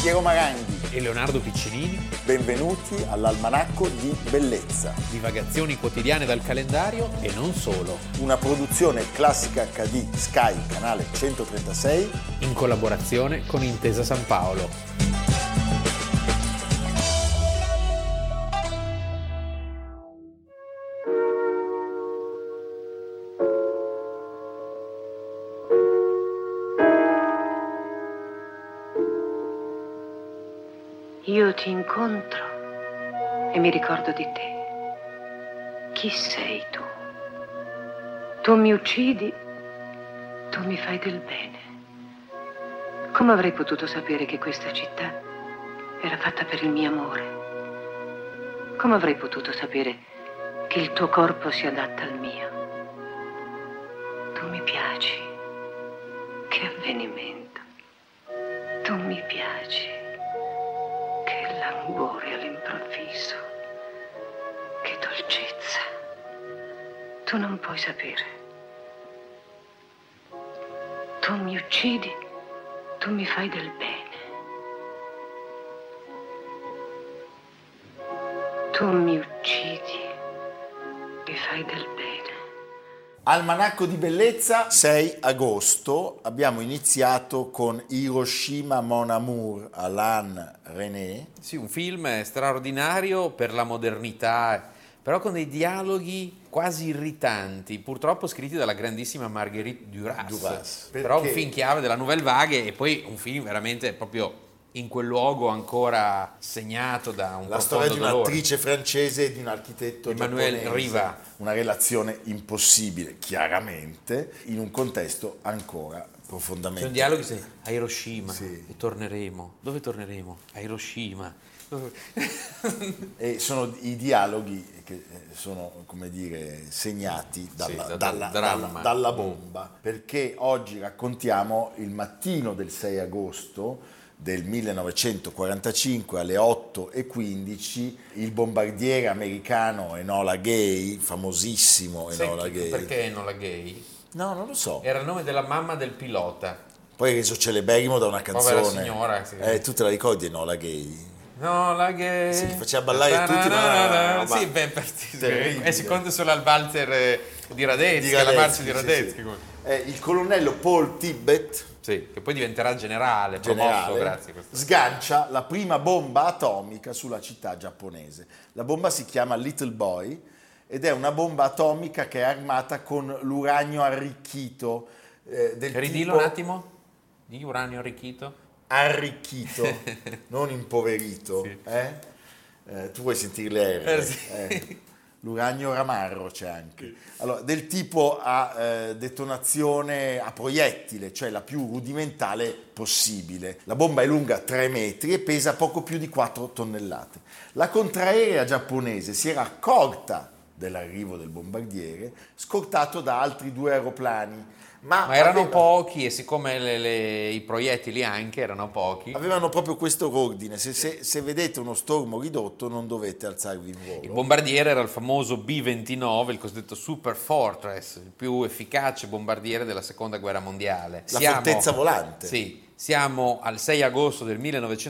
Piero Maranghi e Leonardo Piccinini. Benvenuti all'Almanacco di Bellezza. Divagazioni quotidiane dal calendario e non solo. Una produzione Classica HD Sky, canale 136, in collaborazione con Intesa San Paolo. Io ti incontro e mi ricordo di te. Chi sei tu? Tu mi uccidi, tu mi fai del bene. Come avrei potuto sapere che questa città era fatta per il mio amore? Come avrei potuto sapere che il tuo corpo si adatta al mio? Tu mi piaci. Che avvenimento. Tu mi piaci. Languore all'improvviso, che dolcezza. Tu non puoi sapere. Tu mi uccidi, tu mi fai del bene. Tu mi uccidi, mi fai del bene. Almanacco di Bellezza, 6 agosto. Abbiamo iniziato con Hiroshima Mon Amour, Alain Resnais. Sì, un film straordinario per la modernità, però con dei dialoghi quasi irritanti, purtroppo scritti dalla grandissima Marguerite Duras. Però un film chiave della Nouvelle Vague e poi un film veramente proprio in quel luogo ancora segnato da un la storia di dolore. Un'attrice francese e di un architetto Emmanuel giapponese. Riva. Una relazione impossibile, chiaramente, in un contesto ancora profondamente... C'è un dialogo che a Hiroshima, sì. E torneremo. Dove torneremo? A Hiroshima. E sono i dialoghi che sono, come dire, segnati dalla bomba, perché oggi raccontiamo il mattino del 6 agosto del 1945 alle 8:15 il bombardiere americano Enola Gay, famosissimo Enola Gay. Perché Enola Gay? No, non lo so. Era il nome della mamma del pilota. Poi è reso celeberrimo da una canzone. Povera signora. Sì. Tu te la ricordi Enola Gay? Enola Gay. Sì, che faceva ballare tutti. Sì, è secondo solo al valzer di Radetzky, alla marcia di Radetzky. Sì. Il colonnello Paul Tibbett, sì, che poi diventerà generale, promosso, grazie. Sgancia la prima bomba atomica sulla città giapponese. La bomba si chiama Little Boy ed è una bomba atomica che è armata con l'uranio arricchito. Ridillo un attimo, di uranio arricchito. Arricchito, non impoverito. Sì. Tu vuoi sentire le R? Sì. L'uranio ramarro c'è anche. Allora, del tipo a detonazione a proiettile, cioè la più rudimentale possibile. La bomba è lunga 3 metri e pesa poco più di 4 tonnellate. La contraerea giapponese si era accorta dell'arrivo del bombardiere, scortato da altri 2 aeroplani. Ma erano pochi e siccome i proiettili anche erano pochi. Avevano proprio questo ordine, se vedete uno stormo ridotto non dovete alzarvi in volo. Il bombardiere era il famoso B-29, il cosiddetto Super Fortress, il più efficace bombardiere della seconda guerra mondiale. Fortezza volante. Sì, siamo al 6 agosto del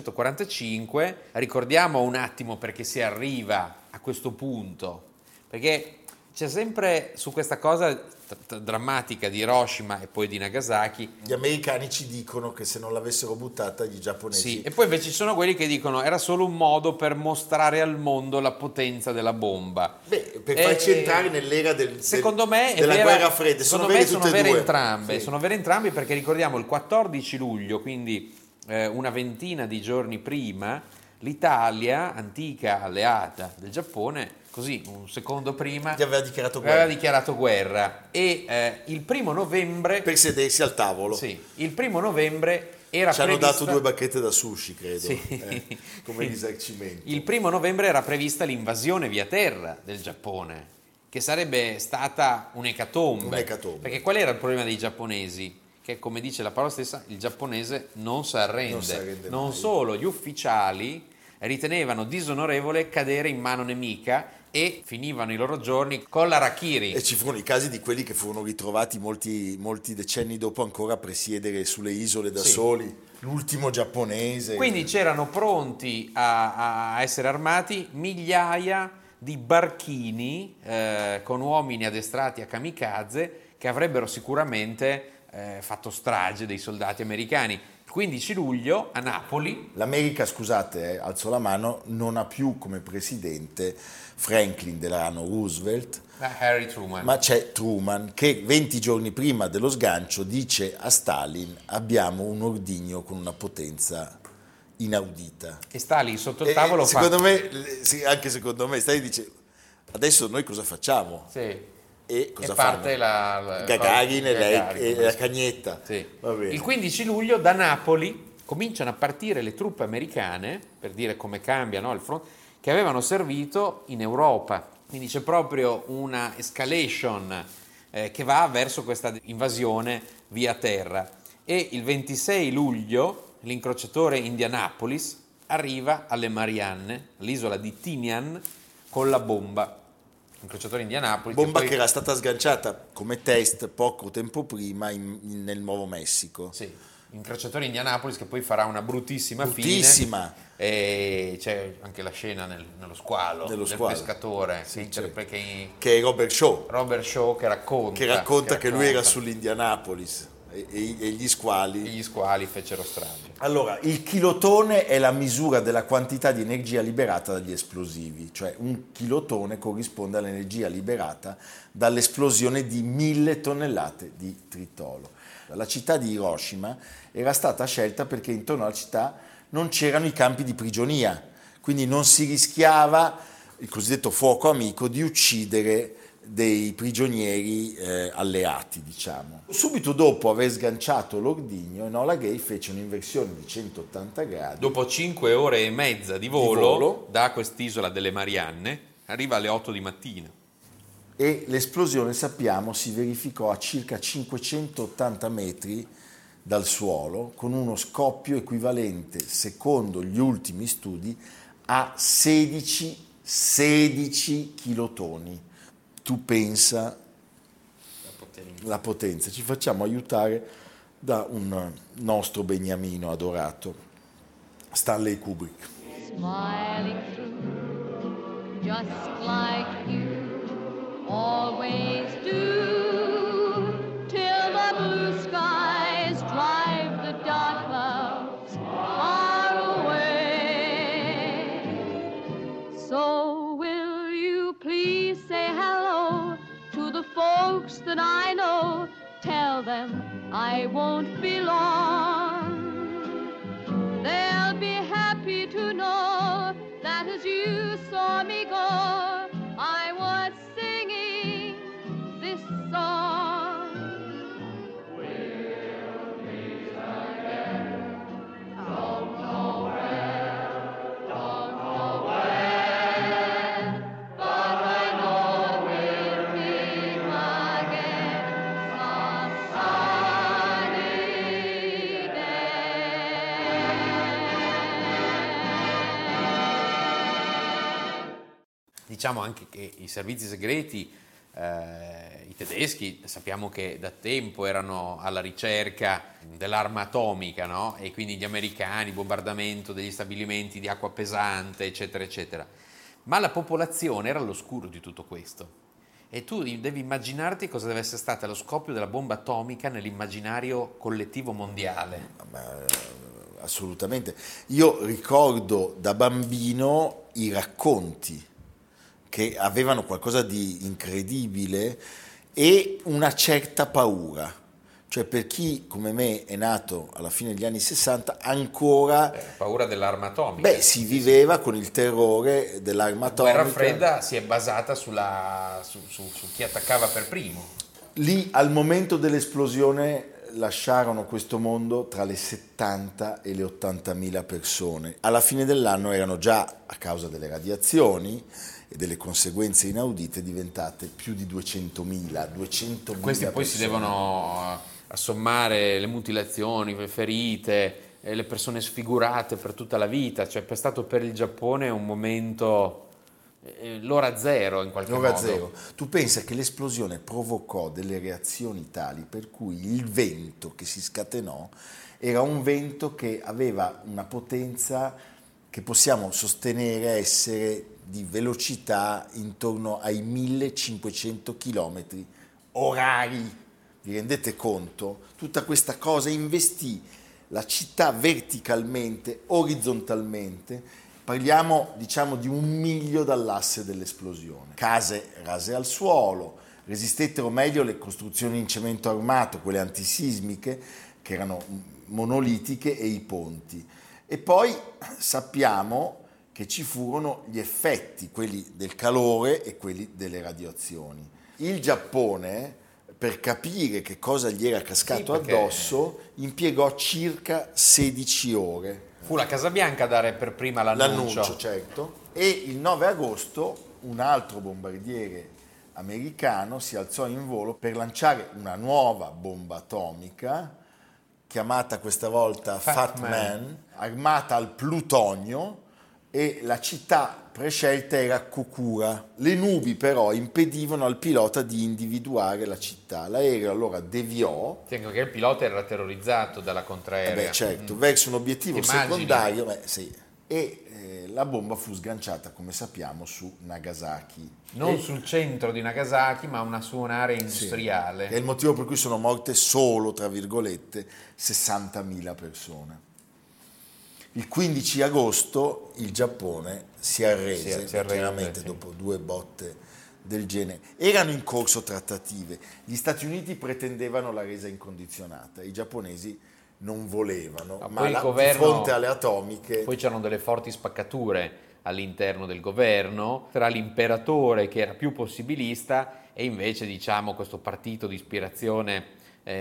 1945, ricordiamo un attimo perché si arriva a questo punto, perché c'è sempre su questa cosa drammatica di Hiroshima e poi di Nagasaki. Gli americani ci dicono che se non l'avessero buttata gli giapponesi... Sì, e poi invece ci sono quelli che dicono era solo un modo per mostrare al mondo la potenza della bomba. Beh, per farci entrare nell'era della guerra fredda. Secondo me sono vere entrambe. Sì. Sono vere entrambe perché ricordiamo il 14 luglio, quindi una ventina di giorni prima, l'Italia, antica alleata del Giappone, così un secondo prima gli aveva dichiarato guerra e il 1 novembre per sedersi al tavolo. Sì, il 1 novembre era ci hanno dato 2 bacchette da sushi, credo, sì. Come risarcimento. Il 1 novembre era prevista l'invasione via terra del Giappone, che sarebbe stata un'ecatombe. Perché qual era il problema dei giapponesi? Che, come dice la parola stessa, il giapponese non si arrende. Non solo, gli ufficiali ritenevano disonorevole cadere in mano nemica e finivano i loro giorni con l'harakiri. E ci furono i casi di quelli che furono ritrovati molti decenni dopo ancora a presiedere sulle isole da soli, l'ultimo giapponese. Quindi c'erano pronti a essere armati migliaia di barchini con uomini addestrati a kamikaze che avrebbero sicuramente fatto strage dei soldati americani. Il 15 luglio a Napoli. L'America, scusate, alzo la mano, non ha più come presidente Franklin Delano Roosevelt, Harry Truman. ma c'è Truman che 20 giorni prima dello sgancio dice a Stalin: abbiamo un ordigno con una potenza inaudita. E Stalin sotto il tavolo secondo me, sì, anche secondo me, Stalin dice: adesso noi cosa facciamo? Sì. E cosa parte fanno? Gagarin e la cagnetta. Sì. Va bene. Il 15 luglio da Napoli cominciano a partire le truppe americane, per dire come cambia, no, il fronte, che avevano servito in Europa. Quindi c'è proprio una escalation che va verso questa invasione via terra. E il 26 luglio l'incrociatore Indianapolis arriva alle Marianne, l'isola di Tinian, con la bomba. Incrociatore Indianapolis. Bomba che era stata sganciata come test poco tempo prima nel Nuovo Messico. Sì, incrociatore Indianapolis che poi farà una bruttissima fine. E c'è anche la scena nello squalo del pescatore, sì, che è Robert Shaw che racconta che lui era sull'Indianapolis e gli squali fecero strage. Allora, il chilotone è la misura della quantità di energia liberata dagli esplosivi, cioè un chilotone corrisponde all'energia liberata dall'esplosione di 1000 tonnellate di tritolo. La città di Hiroshima era stata scelta perché intorno alla città non c'erano i campi di prigionia, quindi non si rischiava, il cosiddetto fuoco amico, di uccidere dei prigionieri alleati, diciamo. Subito dopo aver sganciato l'ordigno, Enola Gay fece un'inversione di 180 gradi. Dopo 5 ore e mezza di volo da quest'isola delle Marianne, arriva alle 8 di mattina. E l'esplosione, sappiamo, si verificò a circa 580 metri dal suolo, con uno scoppio equivalente, secondo gli ultimi studi, a 16 kilotoni. Tu pensa la potenza. Ci facciamo aiutare da un nostro beniamino adorato, Stanley Kubrick. Smiling through, just like you always do, till the blue skies drive the dark clouds far away. So will you please say hello to the folks that I know? Tell them I won't be long. They'll be happy to know that as you saw me go, I was singing this song. We'll meet again. Don't know where, don't know when, but I know we'll meet again some sunny day. Diciamo anche che i servizi segreti, i tedeschi, sappiamo che da tempo erano alla ricerca dell'arma atomica, no? E quindi gli americani, bombardamento degli stabilimenti di acqua pesante, eccetera, eccetera. Ma la popolazione era all'oscuro di tutto questo. E tu devi immaginarti cosa deve essere stato lo scoppio della bomba atomica nell'immaginario collettivo mondiale. Assolutamente. Io ricordo da bambino i racconti che avevano qualcosa di incredibile e una certa paura. Cioè, per chi come me è nato alla fine degli anni 60 ancora... paura dell'arma atomica. Si viveva con il terrore dell'arma atomica. La guerra fredda si è basata su chi attaccava per primo. Lì, al momento dell'esplosione, lasciarono questo mondo tra le 70 e le 80.000 persone. Alla fine dell'anno erano già, a causa delle radiazioni e delle conseguenze inaudite, diventate più di 200.000 Questi poi persone. Si devono assommare le mutilazioni, le ferite, le persone sfigurate per tutta la vita. Cioè, è stato per il Giappone un momento l'ora zero in qualche L'ora modo. zero. Tu pensa che l'esplosione provocò delle reazioni tali per cui il vento che si scatenò era un vento che aveva una potenza che possiamo sostenere essere di velocità intorno ai 1500 km orari. Vi rendete conto? Tutta questa cosa investì la città verticalmente, orizzontalmente. Parliamo, diciamo, di 1 miglio dall'asse dell'esplosione. Case rase al suolo, resistettero meglio le costruzioni in cemento armato, quelle antisismiche, che erano monolitiche, e i ponti. E poi sappiamo che ci furono gli effetti, quelli del calore e quelli delle radiazioni. Il Giappone, per capire che cosa gli era cascato addosso, impiegò circa 16 ore. Fu la Casa Bianca a dare per prima l'annuncio. Certo. E il 9 agosto un altro bombardiere americano si alzò in volo per lanciare una nuova bomba atomica, chiamata questa volta Fat Man, armata al plutonio, e la città prescelta era Kokura. Le nubi però impedivano al pilota di individuare la città. L'aereo allora deviò. Sì, anche perché il pilota era terrorizzato dalla contraerea. Certo, verso un obiettivo secondario. Immagini. E la bomba fu sganciata, come sappiamo, su Nagasaki. Non sul centro di Nagasaki, ma su un'area industriale. È il motivo per cui sono morte solo, tra virgolette, 60.000 persone. Il 15 agosto il Giappone si arrese, chiaramente dopo 2 botte del genere. Erano in corso trattative. Gli Stati Uniti pretendevano la resa incondizionata, i giapponesi non volevano, ma di fronte alle atomiche. Poi c'erano delle forti spaccature all'interno del governo tra l'imperatore, che era più possibilista, e invece, diciamo, questo partito di ispirazione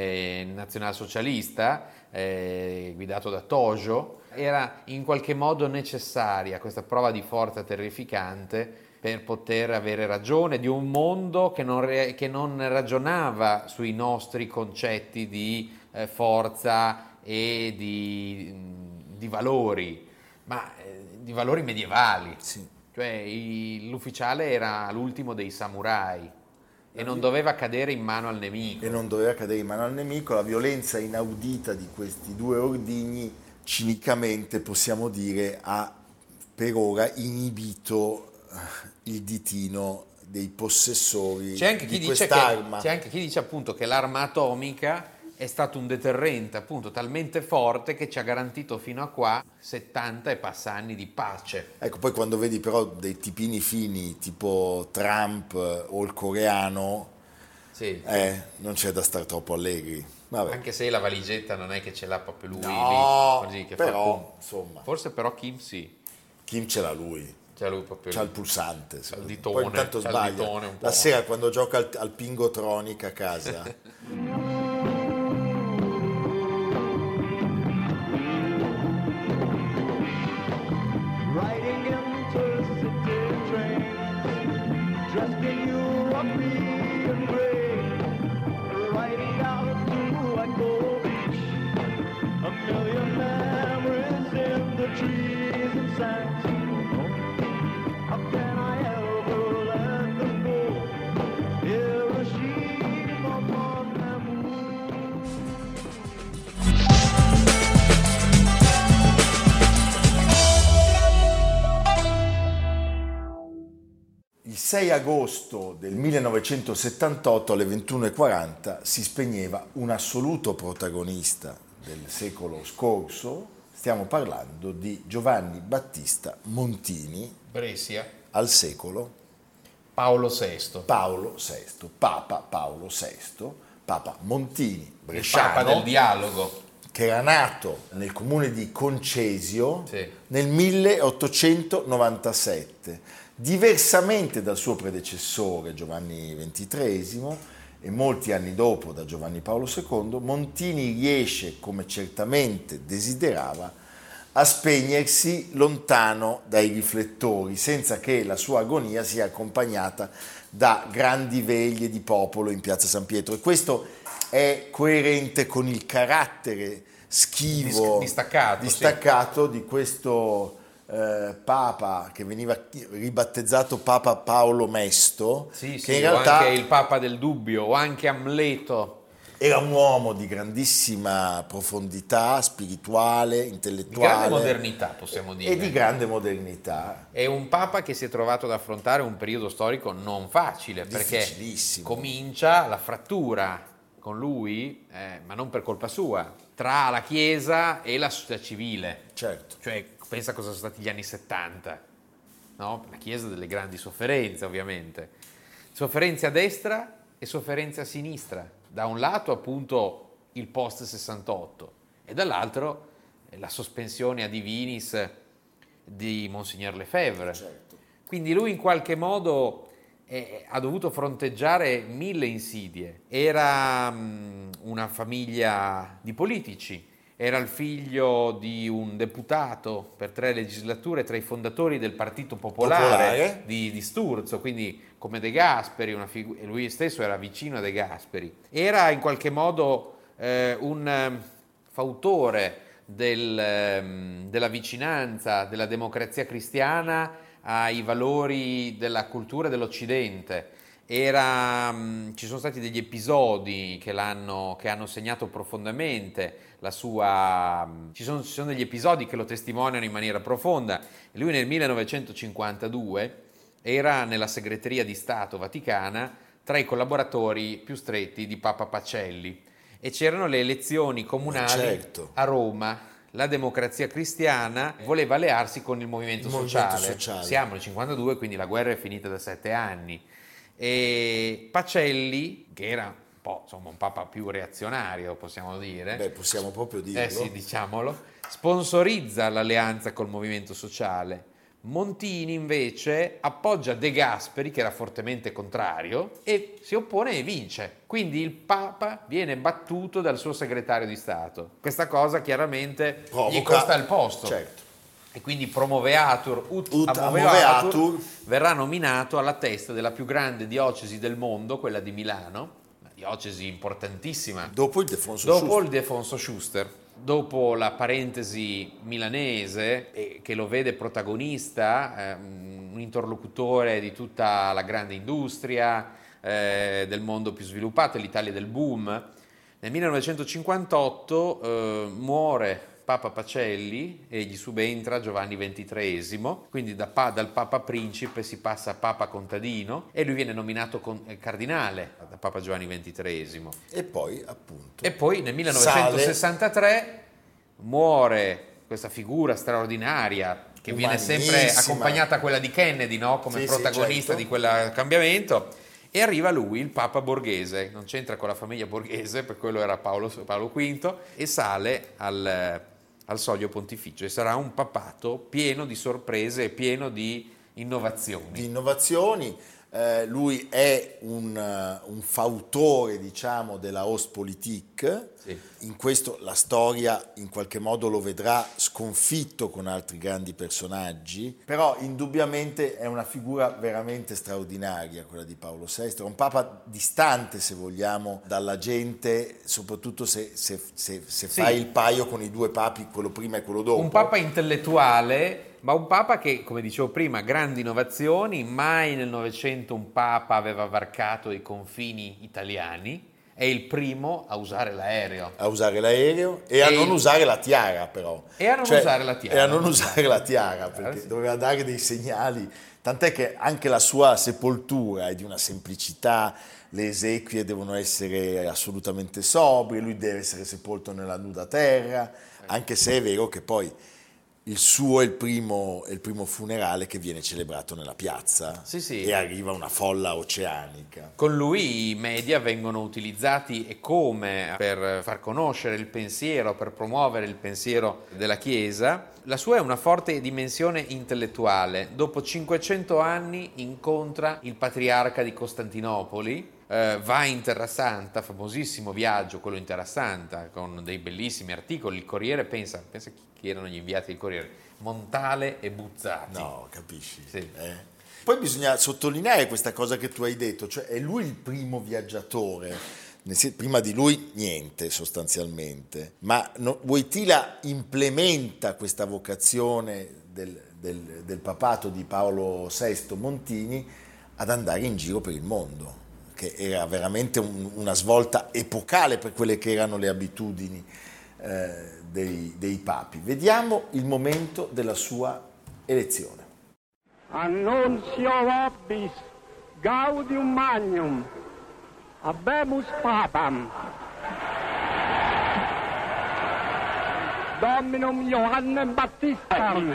nazionalsocialista guidato da Tojo. Era in qualche modo necessaria questa prova di forza terrificante per poter avere ragione di un mondo che non ragionava sui nostri concetti di forza e di valori, ma di valori medievali. Sì. Cioè l'ufficiale era l'ultimo dei samurai e non doveva cadere in mano al nemico. La violenza inaudita di questi 2 ordigni, cinicamente possiamo dire, ha per ora inibito il ditino dei possessori di quest'arma. C'è anche chi dice appunto che l'arma atomica è stato un deterrente appunto talmente forte che ci ha garantito fino a qua 70 e passa anni di pace. Ecco, poi quando vedi però dei tipini fini tipo Trump o il coreano, non c'è da stare troppo allegri. Vabbè. Anche se la valigetta non è che ce l'ha proprio lui, lì, che però insomma. Forse però Kim sì. Kim ce l'ha lui. C'ha il pulsante, c'ha il ditone, poi intanto sbaglia la sera quando gioca al Pingotronic a casa. Il 6 agosto del 1978 alle 21:40 si spegneva un assoluto protagonista del secolo scorso. Stiamo parlando di Giovanni Battista Montini, Brescia, al secolo Paolo VI, Papa Paolo VI, Papa Montini, bresciano, Papa del dialogo, che era nato nel comune di Concesio nel 1897. Diversamente dal suo predecessore Giovanni XXIII e molti anni dopo da Giovanni Paolo II, Montini riesce, come certamente desiderava, a spegnersi lontano dai riflettori, senza che la sua agonia sia accompagnata da grandi veglie di popolo in piazza San Pietro. E questo è coerente con il carattere schivo, distaccato di questo papa che veniva ribattezzato Papa Paolo Mesto, Sì, che sì, in realtà o anche il Papa del Dubbio, o anche Amleto. era un uomo di grandissima profondità spirituale, Di intellettuale. grande modernità, possiamo dire. E di grande modernità. È un papa che si è trovato ad affrontare un periodo storico non facile, perché Difficilissimo. comincia la frattura con lui, ma non per colpa sua, tra la Chiesa e la società civile. Certo. Cioè, pensa cosa sono stati gli anni 70, no? La Chiesa delle grandi sofferenze, ovviamente. Sofferenze a destra e sofferenze a sinistra. Da un lato, appunto, il post-68 e dall'altro la sospensione a divinis di Monsignor Lefebvre. Certo. Quindi lui in qualche modo ha dovuto fronteggiare 1000 insidie. Era una famiglia di politici, era il figlio di un deputato per 3 legislature tra i fondatori del Partito Popolare. Di Sturzo, quindi come De Gasperi, e lui stesso era vicino a De Gasperi. Era in qualche modo un fautore della vicinanza della democrazia cristiana ai valori della cultura dell'Occidente. Ci sono stati degli episodi che hanno segnato profondamente la sua. Ci sono degli episodi che lo testimoniano in maniera profonda. Lui nel 1952 era nella segreteria di Stato vaticana tra i collaboratori più stretti di Papa Pacelli e c'erano le elezioni comunali Certo. a Roma. La democrazia cristiana voleva allearsi con il movimento sociale. Siamo nel 52, quindi la guerra è finita da 7 anni. E Pacelli, che era un po', insomma, un papa più reazionario, possiamo dire. Beh, possiamo proprio dirlo. Sì, diciamolo. Sponsorizza l'alleanza col movimento sociale. Montini invece appoggia De Gasperi, che era fortemente contrario, e si oppone e vince. Quindi il Papa viene battuto dal suo segretario di Stato. Questa cosa chiaramente gli costa il posto. Certo. E quindi Promoveatur ut Amoveatur Amoveatur verrà nominato alla testa della più grande diocesi del mondo, quella di Milano, una diocesi importantissima. Dopo il Defonso Schuster. Dopo la parentesi milanese, che lo vede protagonista, un interlocutore di tutta la grande industria del mondo più sviluppato, l'Italia del boom. Nel 1958 muore Papa Pacelli e gli subentra Giovanni XXIII, quindi dal Papa Principe si passa a Papa Contadino e lui viene nominato cardinale da Papa Giovanni XXIII. E poi, appunto. E poi nel 1963 muore questa figura straordinaria che viene sempre accompagnata a quella di Kennedy, no? Come protagonista, certo, di quel cambiamento. E arriva lui, il Papa Borghese, non c'entra con la famiglia Borghese, per quello era Paolo V, e sale al soglio pontificio e sarà un papato pieno di sorprese e pieno di innovazioni. Lui è un fautore, diciamo, della Ostpolitik. Sì. In questo la storia in qualche modo lo vedrà sconfitto con altri grandi personaggi, però indubbiamente è una figura veramente straordinaria quella di Paolo VI, è un papa distante, se vogliamo, dalla gente, soprattutto se fai il paio con i 2 papi, quello prima e quello dopo. Un papa intellettuale, ma un papa che, come dicevo prima, grandi innovazioni. Mai nel Novecento un papa aveva varcato i confini italiani. È il primo a usare l'aereo. E a non usare la tiara, però. E a non usare la tiara. E a non usare la tiara, perché doveva dare dei segnali. Tant'è che anche la sua sepoltura è di una semplicità, le esequie devono essere assolutamente sobrie, lui deve essere sepolto nella nuda terra, anche se è vero che poi il suo è il primo funerale che viene celebrato nella piazza. Sì. E arriva una folla oceanica. Con lui i media vengono utilizzati e come per far conoscere il pensiero, per promuovere il pensiero della Chiesa. La sua è una forte dimensione intellettuale. Dopo 500 anni incontra il patriarca di Costantinopoli, va in Terra Santa, famosissimo viaggio quello in Terra Santa, con dei bellissimi articoli. Il Corriere, pensa chi erano gli inviati del Corriere, Montale e Buzzati. No, capisci? Sì. Poi bisogna sottolineare questa cosa che tu hai detto, cioè è lui il primo viaggiatore, prima di lui niente sostanzialmente, ma Wojtyla implementa questa vocazione del del papato di Paolo VI Montini ad andare in giro per il mondo, che era veramente una svolta epocale per quelle che erano le abitudini dei papi. Vediamo il momento della sua elezione. Annunzio vobis gaudium magnum habemus papam Dominum Johannem Baptistam.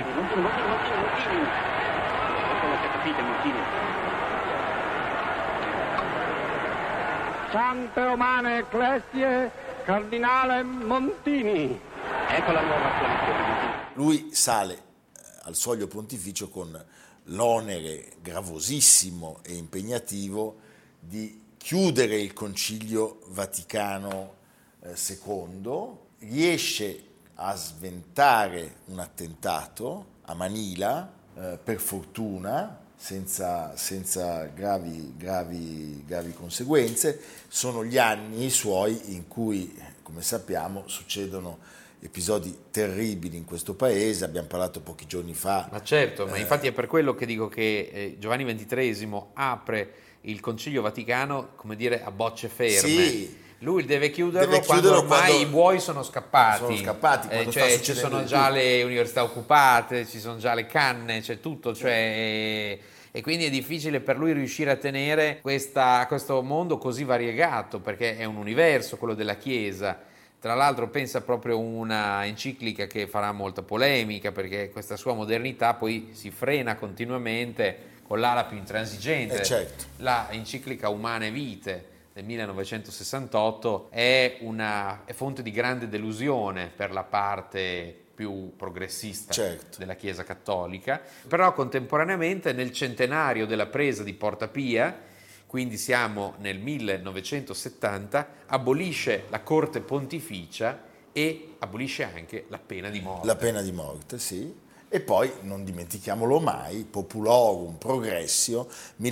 Sante Romane Ecclesiae Cardinale Montini. Ecco la nuova coalizione. Lui sale al soglio pontificio con l'onere gravosissimo e impegnativo di chiudere il Concilio Vaticano II, riesce a sventare un attentato a Manila, per fortuna, senza gravi conseguenze. Sono gli anni suoi in cui, come sappiamo, succedono episodi terribili in questo paese. Abbiamo parlato pochi giorni fa. Ma certo, ma infatti è per quello che dico che Giovanni XXIII apre il Concilio Vaticano, come dire, a bocce ferme. Sì. Lui deve chiuderlo quando ormai i buoi sono scappati. Sono scappati, cioè ci sono già le università occupate, ci sono già le canne, c'è tutto, cioè, e quindi è difficile per lui riuscire a tenere questo mondo così variegato, perché è un universo quello della Chiesa. Tra l'altro pensa proprio una enciclica che farà molta polemica, perché questa sua modernità poi si frena continuamente con l'ala più intransigente. Certo. La enciclica Humanae Vitae del 1968 è fonte di grande delusione per la parte più progressista, certo, della Chiesa cattolica, però contemporaneamente nel centenario della presa di Porta Pia, quindi siamo nel 1970, abolisce la Corte Pontificia e abolisce anche la pena di morte. La pena di morte, sì. E poi, non dimentichiamolo mai, Populorum Progressio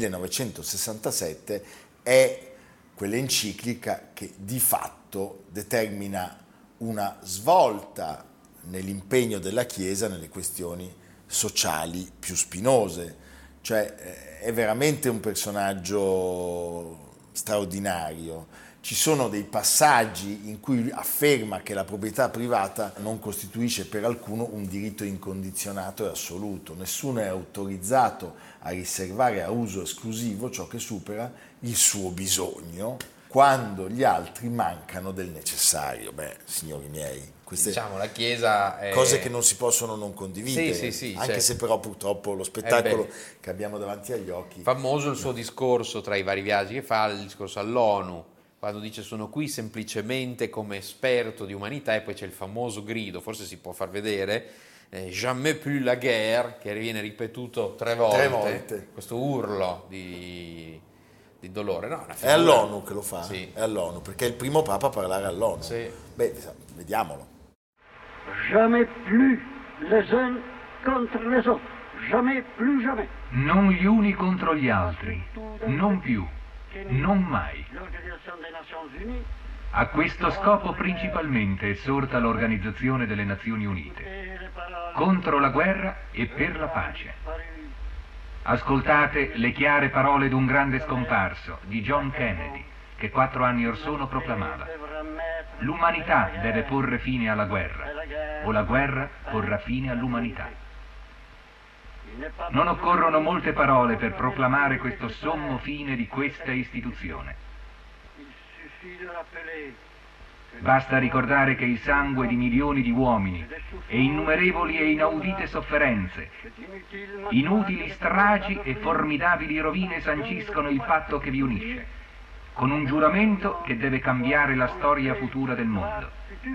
1967 è quell'enciclica che di fatto determina una svolta nell'impegno della Chiesa nelle questioni sociali più spinose. Cioè è veramente un personaggio straordinario. Ci sono dei passaggi in cui afferma che la proprietà privata non costituisce per alcuno un diritto incondizionato e assoluto. Nessuno è autorizzato a riservare a uso esclusivo ciò che supera il suo bisogno quando gli altri mancano del necessario. Beh, signori miei, queste diciamo la Chiesa è... cose che non si possono non condividere, sì, anche certo. se però purtroppo lo spettacolo che abbiamo davanti agli occhi... Famoso il suo discorso tra i vari viaggi che fa, il discorso all'ONU, quando dice sono qui semplicemente come esperto di umanità, e poi c'è il famoso grido, forse si può far vedere, jamais plus la guerre, che viene ripetuto tre volte. Questo urlo di dolore. No, è all'ONU che lo fa? Sì. È all'ONU, perché è il primo Papa a parlare all'ONU. Sì. Beh, vediamolo. Jamais plus les uns contre les autres. Jamais plus jamais. Non gli uni contro gli altri, non più, non mai. L'Organisation des Nations Unies A questo scopo principalmente è sorta l'Organizzazione delle Nazioni Unite, contro la guerra e per la pace. Ascoltate le chiare parole d'un grande scomparso, di John Kennedy, che 4 anni or sono proclamava: l'umanità deve porre fine alla guerra, o la guerra porrà fine all'umanità. Non occorrono molte parole per proclamare questo sommo fine di questa istituzione. Basta ricordare che il sangue di milioni di uomini e innumerevoli e inaudite sofferenze, inutili stragi e formidabili rovine sanciscono il patto che vi unisce, con un giuramento che deve cambiare la storia futura del mondo.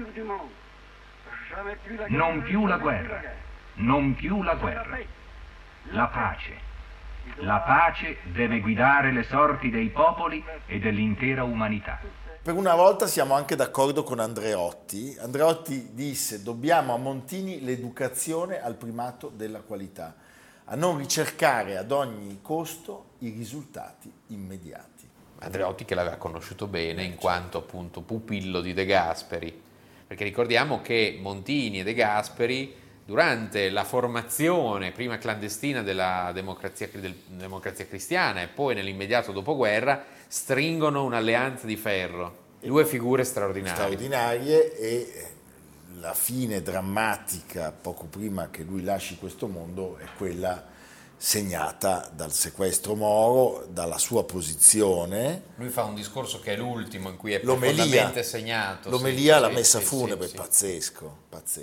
Non più la guerra, non più la guerra, la pace. La pace deve guidare le sorti dei popoli e dell'intera umanità. Per una volta siamo anche d'accordo con Andreotti. Andreotti disse: dobbiamo a Montini l'educazione al primato della qualità, a non ricercare ad ogni costo i risultati immediati. Andreotti che l'aveva conosciuto bene in quanto appunto pupillo di De Gasperi, perché ricordiamo che Montini e De Gasperi durante la formazione prima clandestina della democrazia cristiana e poi nell'immediato dopoguerra stringono un'alleanza di ferro. Due figure straordinarie. E la fine drammatica, poco prima che lui lasci questo mondo, è quella segnata dal sequestro Moro, dalla sua posizione. Lui fa un discorso che è l'ultimo in cui è profondamente segnato. L'omelia, la messa funebre, pazzesco.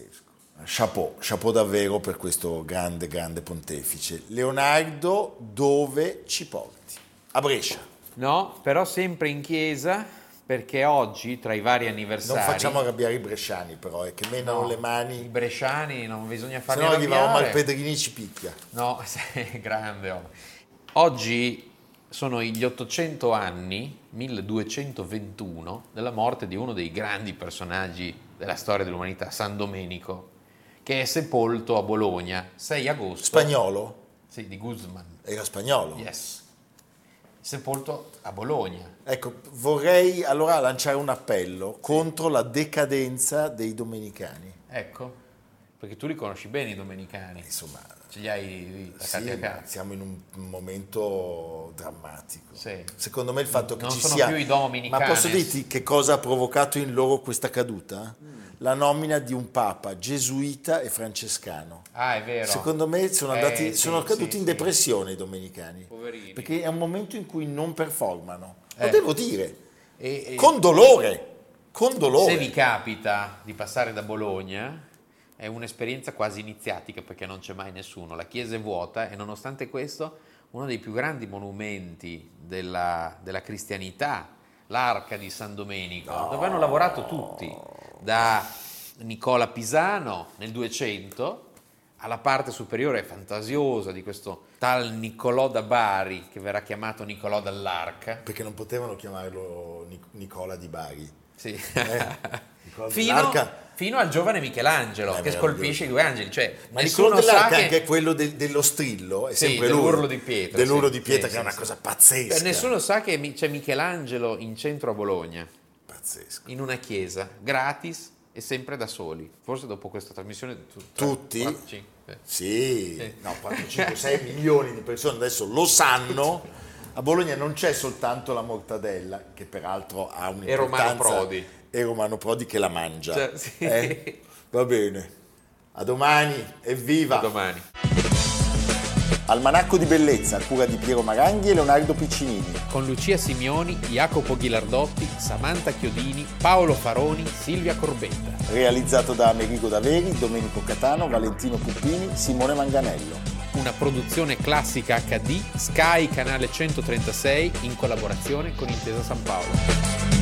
Chapeau davvero per questo grande pontefice. Leonardo, dove ci porti? A Brescia? No, però sempre in chiesa, perché oggi, tra i vari anniversari... Non facciamo arrabbiare i bresciani, però, che menano le mani. I bresciani non bisogna farli arrabbiare. Se no arrivavamo al Pedrini ci picchia. No, sei grande. Oggi sono gli 800 anni, 1221, della morte di uno dei grandi personaggi della storia dell'umanità, San Domenico, che è sepolto a Bologna, 6 agosto. Spagnolo? Sì, di Guzman. Era spagnolo? Yes. Sepolto a Bologna. Ecco, vorrei allora lanciare un appello contro la decadenza dei domenicani. Ecco, perché tu li conosci bene i domenicani. Insomma, ce li hai attaccati a casa. Siamo in un momento drammatico. Sì. Secondo me il fatto che non ci sono sia... più i dominicanes. Ma posso dirti che cosa ha provocato in loro questa caduta? La nomina di un papa gesuita e francescano. Ah, è vero. Secondo me sono caduti in depressione i domenicani. Poverini. Perché è un momento in cui non performano. Lo devo dire. Con dolore. Se vi capita di passare da Bologna, è un'esperienza quasi iniziatica, perché non c'è mai nessuno. La chiesa è vuota e nonostante questo uno dei più grandi monumenti della cristianità, l'Arca di San Domenico, dove hanno lavorato tutti, da Nicola Pisano nel 200 alla parte superiore fantasiosa di questo tal Niccolò da Bari, che verrà chiamato Niccolò dall'Arca. Perché non potevano chiamarlo Nicola di Bari. Sì. Fino al giovane Michelangelo, che scolpisce i due angeli. Cioè, ma Niccolò dell'Arca è anche quello dello strillo, è sempre dell'urlo di pietra. Dell'urlo di pietra, che è una cosa pazzesca. Nessuno sa che c'è Michelangelo in centro a Bologna. Pazzesco. In una chiesa, gratis e sempre da soli. Forse dopo questa trasmissione tutti? 4, 5. Sì, no, 4, 5, 6 milioni di persone adesso lo sanno. A Bologna non c'è soltanto la mortadella, che peraltro ha un'importanza. E Romano Prodi che la mangia. Cioè, sì. Va bene. A domani, evviva! A domani. Almanacco di bellezza, a cura di Piero Maranghi e Leonardo Piccinini. Con Lucia Simioni, Jacopo Ghilardotti, Samantha Chiodini, Paolo Faroni, Silvia Corbetta. Realizzato da Amerigo Daveri, Domenico Catano, Valentino Puppini, Simone Manganello. Una produzione classica HD, Sky Canale 136, in collaborazione con Intesa San Paolo.